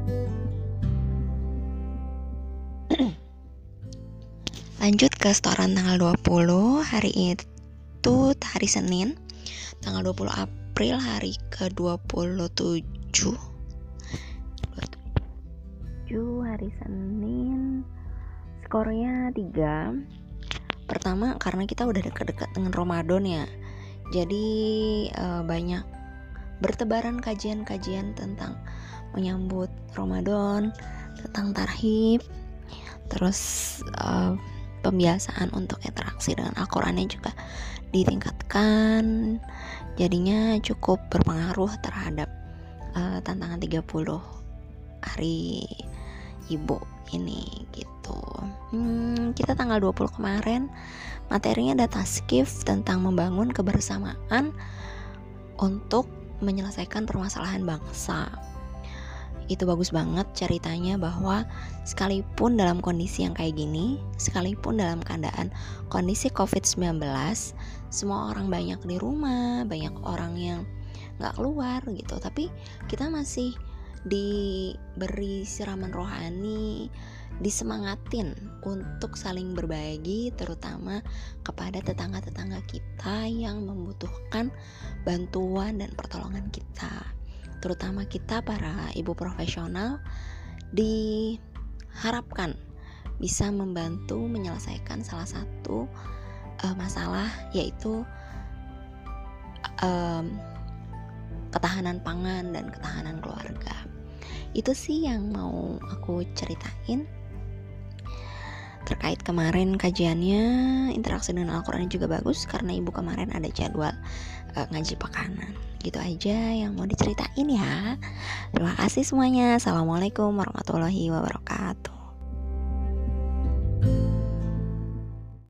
Lanjut ke setoran tanggal 20, hari itu hari Senin, tanggal 20 April, hari ke-27. Hari Senin, skornya 3. Pertama, karena kita udah dekat-dekat dengan Ramadan ya, jadi banyak bertebaran kajian-kajian tentang menyambut Ramadan, tentang tarhib, terus pembiasaan untuk interaksi dengan Al-Qurannya juga ditingkatkan, jadinya cukup berpengaruh terhadap tantangan 30 hari ibu ini gitu. Kita tanggal 20 kemarin materinya ada taskif tentang membangun kebersamaan untuk menyelesaikan permasalahan bangsa. Itu bagus banget ceritanya, bahwa sekalipun dalam kondisi yang kayak gini, sekalipun dalam keadaan kondisi COVID-19, semua orang banyak di rumah, banyak orang yang gak keluar gitu, tapi kita masih diberi siraman rohani, disemangatin untuk saling berbagi, terutama kepada tetangga-tetangga kita yang membutuhkan bantuan dan pertolongan kita. Terutama kita para ibu profesional diharapkan bisa membantu menyelesaikan salah satu masalah, yaitu ketahanan pangan dan ketahanan keluarga. Itu sih yang mau aku ceritain terkait kemarin kajiannya. Interaksi dengan Al-Quran juga bagus karena ibu kemarin ada jadwal ngaji pekanan. Gitu aja yang mau diceritain ya. Terima kasih semuanya. Assalamualaikum warahmatullahi wabarakatuh.